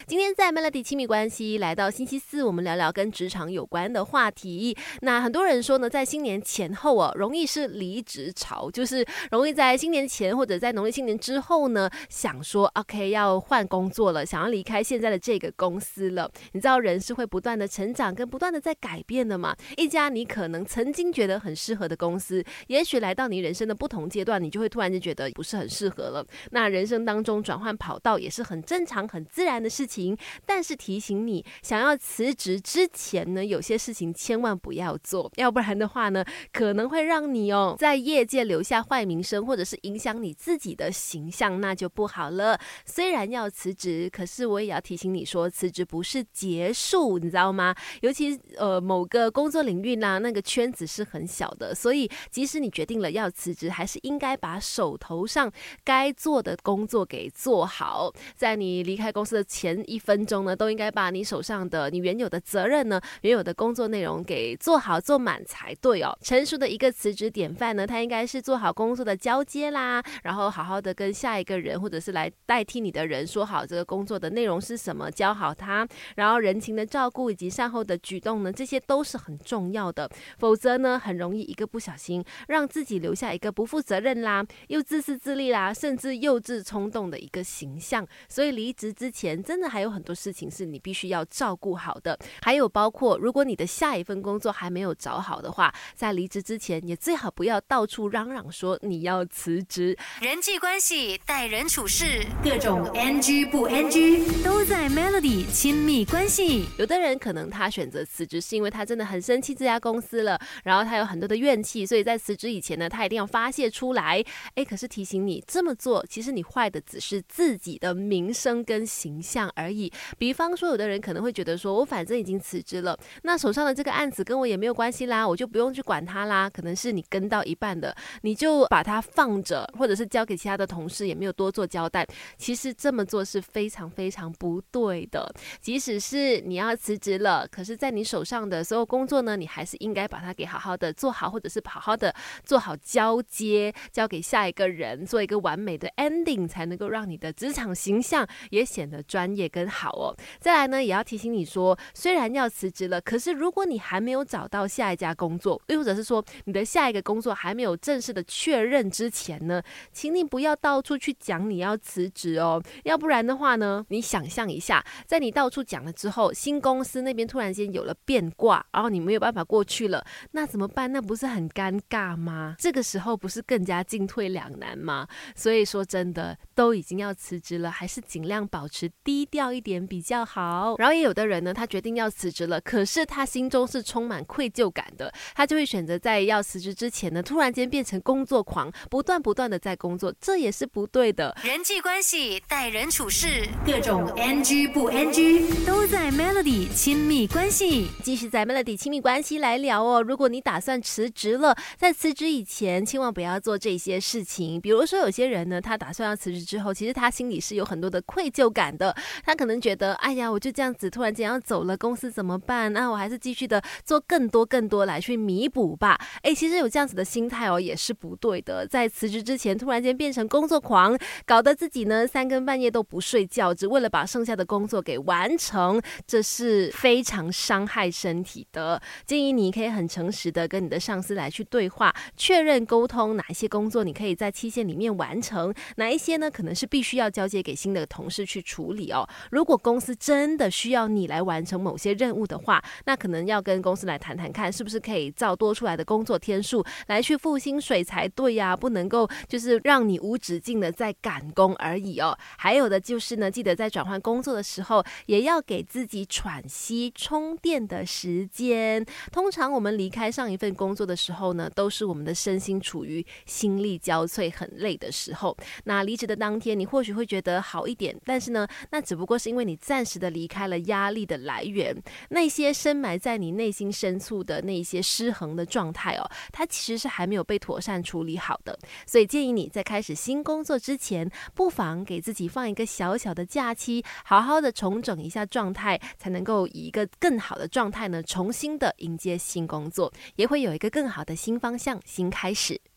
今天在 Melody 亲密关系来到星期四，我们聊聊跟职场有关的话题。那很多人说呢，在新年前后容易是离职潮，就是容易在新年前或者在农历新年之后呢，想说 OK 要换工作了，想要离开现在的这个公司了。你知道人是会不断的成长跟不断的在改变的嘛，一家你可能曾经觉得很适合的公司，也许来到你人生的不同阶段，你就会突然间觉得不是很适合了。那人生当中转换跑道也是很正常很自然的事情，但是提醒你，想要辞职之前呢，有些事情千万不要做，要不然的话呢，可能会让你在业界留下坏名声，或者是影响你自己的形象，那就不好了。虽然要辞职，可是我也要提醒你说，辞职不是结束，你知道吗？尤其某个工作领域啦，那个圈子是很小的，所以即使你决定了要辞职，还是应该把手头上该做的工作给做好。在你离开公司的前1分钟呢，都应该把你手上的你原有的责任呢，原有的工作内容给做好做满才对哦。成熟的一个辞职典范呢，他应该是做好工作的交接啦，然后好好的跟下一个人或者是来代替你的人说好这个工作的内容是什么，教好他，然后人情的照顾以及善后的举动呢，这些都是很重要的。否则呢，很容易一个不小心让自己留下一个不负责任啦，又自私自利啦，甚至幼稚冲动的一个形象。所以离职之前真的还有很多事情是你必须要照顾好的，还有包括如果你的下一份工作还没有找好的话，在离职之前也最好不要到处嚷嚷说你要辞职。 人际关系、待人处事，各种 NG 不 NG 都在 Melody 亲密关系。 有的人可能他选择辞职是因为他真的很生气这家公司了，然后他有很多的怨气，所以在辞职以前呢，他一定要发泄出来。可是提醒你，这么做其实你坏的只是自己的名声跟形象而已。比方说有的人可能会觉得说，我反正已经辞职了，那手上的这个案子跟我也没有关系啦，我就不用去管它啦。可能是你跟到一半的，你就把它放着，或者是交给其他的同事，也没有多做交代。其实这么做是非常非常不对的。即使是你要辞职了，可是在你手上的所有工作呢，你还是应该把它给好好的做好，或者是好好的做好交接，交给下一个人，做一个完美的 ending， 才能够让你的职场形象也显得专业跟好哦。再来呢，也要提醒你说，虽然要辞职了，可是如果你还没有找到下一家工作，又或者是说你的下一个工作还没有正式的确认之前呢，请你不要到处去讲你要辞职哦。要不然的话呢，你想象一下，在你到处讲了之后，新公司那边突然间有了变卦，然后你没有办法过去了，那怎么办？那不是很尴尬吗？这个时候不是更加进退两难吗？所以说真的，都已经要辞职了，还是尽量保持低调一点比较好。然后也有的人呢，他决定要辞职了，可是他心中是充满愧疚感的，他就会选择在要辞职之前呢，突然间变成工作狂，不断的在工作，这也是不对的。 人际关系、待人处事，各种 NG 不 NG 都在 Melody 亲密关系。 继续在 Melody 亲密关系来聊哦。如果你打算辞职了，在辞职以前千万不要做这些事情。比如说有些人呢，他打算要辞职之后，其实他心里是有很多的愧疚感的，他可能觉得哎呀，我就这样子突然间要走了，公司怎么办？那我还是继续的做更多来去弥补吧。其实有这样子的心态也是不对的。在辞职之前突然间变成工作狂，搞得自己呢3更半夜都不睡觉，只为了把剩下的工作给完成，这是非常伤害身体的。建议你可以很诚实的跟你的上司来去对话，确认沟通哪一些工作你可以在期限里面完成，哪一些呢可能是必须要交接给新的同事去处理哦。如果公司真的需要你来完成某些任务的话，那可能要跟公司来谈谈看，是不是可以照多出来的工作天数来去付薪水才对啊，不能够就是让你无止境的在赶工而已哦。还有的就是呢，记得在转换工作的时候，也要给自己喘息充电的时间。通常我们离开上一份工作的时候呢，都是我们的身心处于心力交瘁很累的时候。那离职的当天，你或许会觉得好一点，但是呢，那只不过是因为你暂时的离开了压力的来源。那些深埋在你内心深处的那些失衡的状态它其实是还没有被妥善处理好的。所以建议你在开始新工作之前，不妨给自己放一个小小的假期，好好的重整一下状态，才能够以一个更好的状态呢，重新的迎接新工作，也会有一个更好的新方向、新开始。